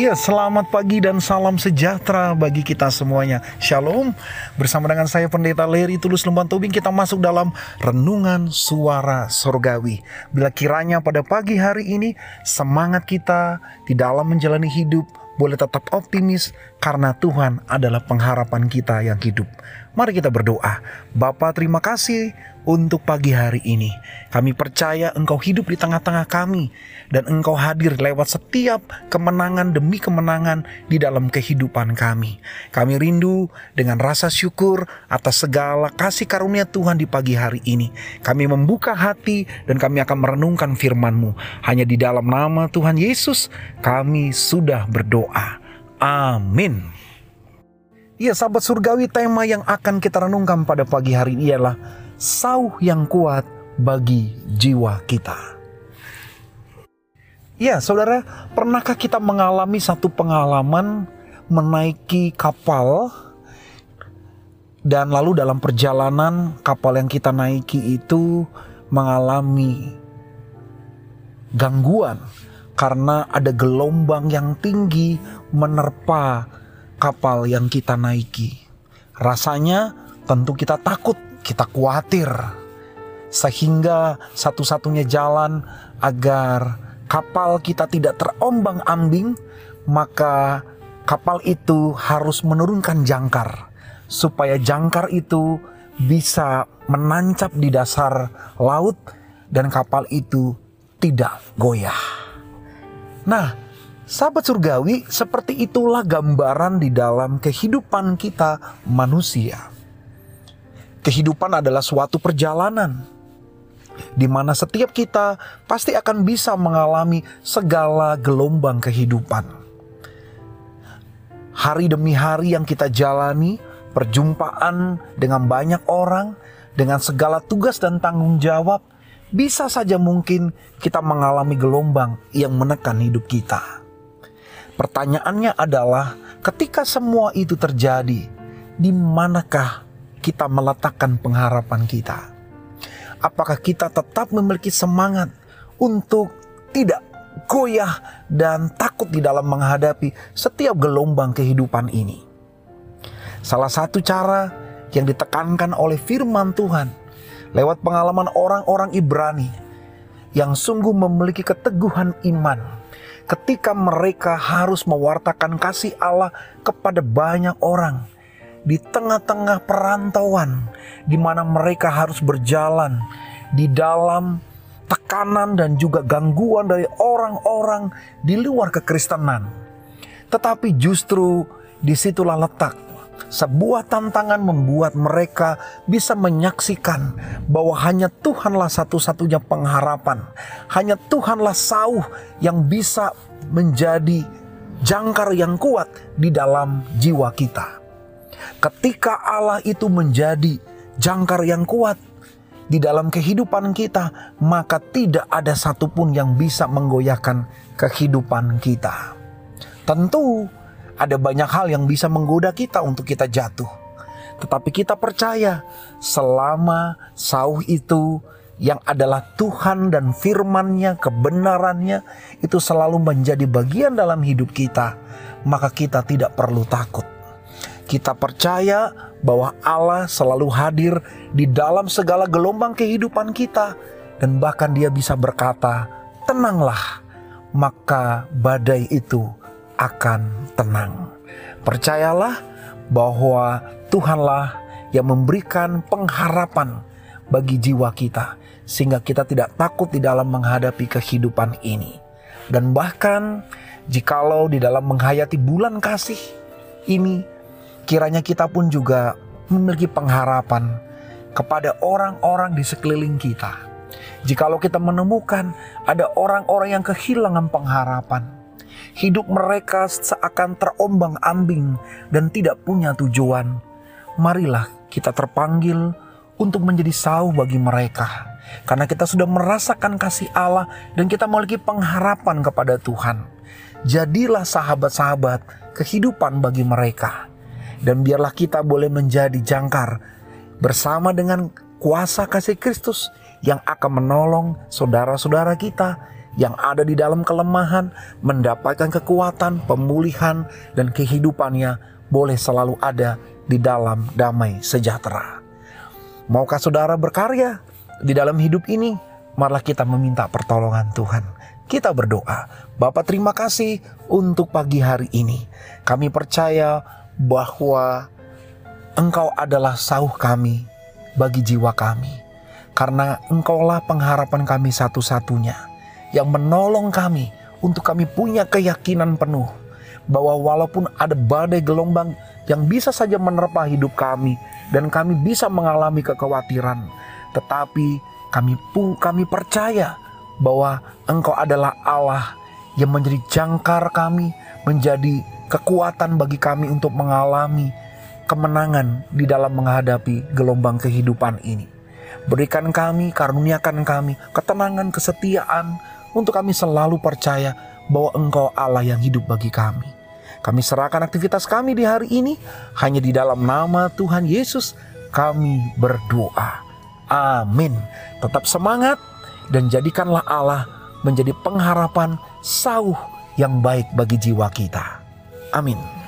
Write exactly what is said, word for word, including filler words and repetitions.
Ya, selamat pagi dan salam sejahtera bagi kita semuanya. Shalom. Bersama dengan saya Pendeta Leri Tulus Lemban Tobing, kita masuk dalam renungan suara sorgawi. Bila kiranya pada pagi hari ini semangat kita di dalam menjalani hidup boleh tetap optimis karena Tuhan adalah pengharapan kita yang hidup. Mari kita berdoa. Bapa, terima kasih untuk pagi hari ini. Kami percaya Engkau hidup di tengah-tengah kami dan Engkau hadir lewat setiap kemenangan demi kemenangan di dalam kehidupan kami. Kami rindu dengan rasa syukur atas segala kasih karunia Tuhan di pagi hari ini. Kami membuka hati dan kami akan merenungkan firman-Mu. Hanya di dalam nama Tuhan Yesus kami sudah berdoa. Amin. Ya, sahabat surgawi, tema yang akan kita renungkan pada pagi hari ini adalah sauh yang kuat bagi jiwa kita. Ya, saudara, pernahkah kita mengalami satu pengalaman menaiki kapal dan lalu dalam perjalanan kapal yang kita naiki itu mengalami gangguan karena ada gelombang yang tinggi menerpa kapal yang kita naiki. Rasanya tentu kita takut, kita khawatir. Sehingga satu-satunya jalan agar kapal kita tidak terombang-ambing, maka kapal itu harus menurunkan jangkar. Supaya jangkar itu bisa menancap di dasar laut dan kapal itu tidak goyah. Nah, sahabat surgawi, seperti itulah gambaran di dalam kehidupan kita manusia. Kehidupan adalah suatu perjalanan di mana setiap kita pasti akan bisa mengalami segala gelombang kehidupan. Hari demi hari yang kita jalani, perjumpaan dengan banyak orang, dengan segala tugas dan tanggung jawab, bisa saja mungkin kita mengalami gelombang yang menekan hidup kita. Pertanyaannya adalah, ketika semua itu terjadi, di manakah kita meletakkan pengharapan kita? Apakah kita tetap memiliki semangat untuk tidak goyah dan takut di dalam menghadapi setiap gelombang kehidupan ini? Salah satu cara yang ditekankan oleh firman Tuhan lewat pengalaman orang-orang Ibrani yang sungguh memiliki keteguhan iman ketika mereka harus mewartakan kasih Allah kepada banyak orang di tengah-tengah perantauan di mana mereka harus berjalan di dalam tekanan dan juga gangguan dari orang-orang di luar kekristenan. Tetapi justru disitulah letak sebuah tantangan membuat mereka bisa menyaksikan bahwa hanya Tuhanlah satu-satunya pengharapan. Hanya Tuhanlah sauh yang bisa menjadi jangkar yang kuat di dalam jiwa kita. Ketika Allah itu menjadi jangkar yang kuat di dalam kehidupan kita, maka tidak ada satupun yang bisa menggoyahkan kehidupan kita. Tentu ada banyak hal yang bisa menggoda kita untuk kita jatuh. Tetapi kita percaya selama sauh itu yang adalah Tuhan dan firman-Nya, kebenarannya itu selalu menjadi bagian dalam hidup kita, maka kita tidak perlu takut. Kita percaya bahwa Allah selalu hadir di dalam segala gelombang kehidupan kita. Dan bahkan Dia bisa berkata, tenanglah, maka badai itu akan tenang. Percayalah bahwa Tuhanlah yang memberikan pengharapan bagi jiwa kita, sehingga kita tidak takut di dalam menghadapi kehidupan ini. Dan bahkan jikalau di dalam menghayati bulan kasih ini, kiranya kita pun juga memiliki pengharapan kepada orang-orang di sekeliling kita. Jikalau kita menemukan ada orang-orang yang kehilangan pengharapan, hidup mereka seakan terombang-ambing dan tidak punya tujuan, marilah kita terpanggil untuk menjadi sauh bagi mereka. Karena kita sudah merasakan kasih Allah dan kita memiliki pengharapan kepada Tuhan. Jadilah sahabat-sahabat kehidupan bagi mereka. Dan biarlah kita boleh menjadi jangkar bersama dengan kuasa kasih Kristus yang akan menolong saudara-saudara kita yang ada di dalam kelemahan mendapatkan kekuatan, pemulihan, dan kehidupannya boleh selalu ada di dalam damai sejahtera. Maukah saudara berkarya di dalam hidup ini? Marilah kita meminta pertolongan Tuhan. Kita berdoa. Bapa, terima kasih untuk pagi hari ini. Kami percaya bahwa Engkau adalah sauh kami bagi jiwa kami. Karena Engkaulah pengharapan kami satu-satunya yang menolong kami untuk kami punya keyakinan penuh bahwa walaupun ada badai gelombang yang bisa saja menerpa hidup kami dan kami bisa mengalami kekhawatiran, tetapi kami pun kami percaya bahwa Engkau adalah Allah yang menjadi jangkar kami, menjadi kekuatan bagi kami untuk mengalami kemenangan di dalam menghadapi gelombang kehidupan ini. Berikan kami, karuniakan kami ketenangan, kesetiaan untuk kami selalu percaya bahwa Engkau Allah yang hidup bagi kami. Kami serahkan aktivitas kami di hari ini hanya di dalam nama Tuhan Yesus kami berdoa. Amin. Tetap semangat dan jadikanlah Allah menjadi pengharapan sauh yang baik bagi jiwa kita. Amin.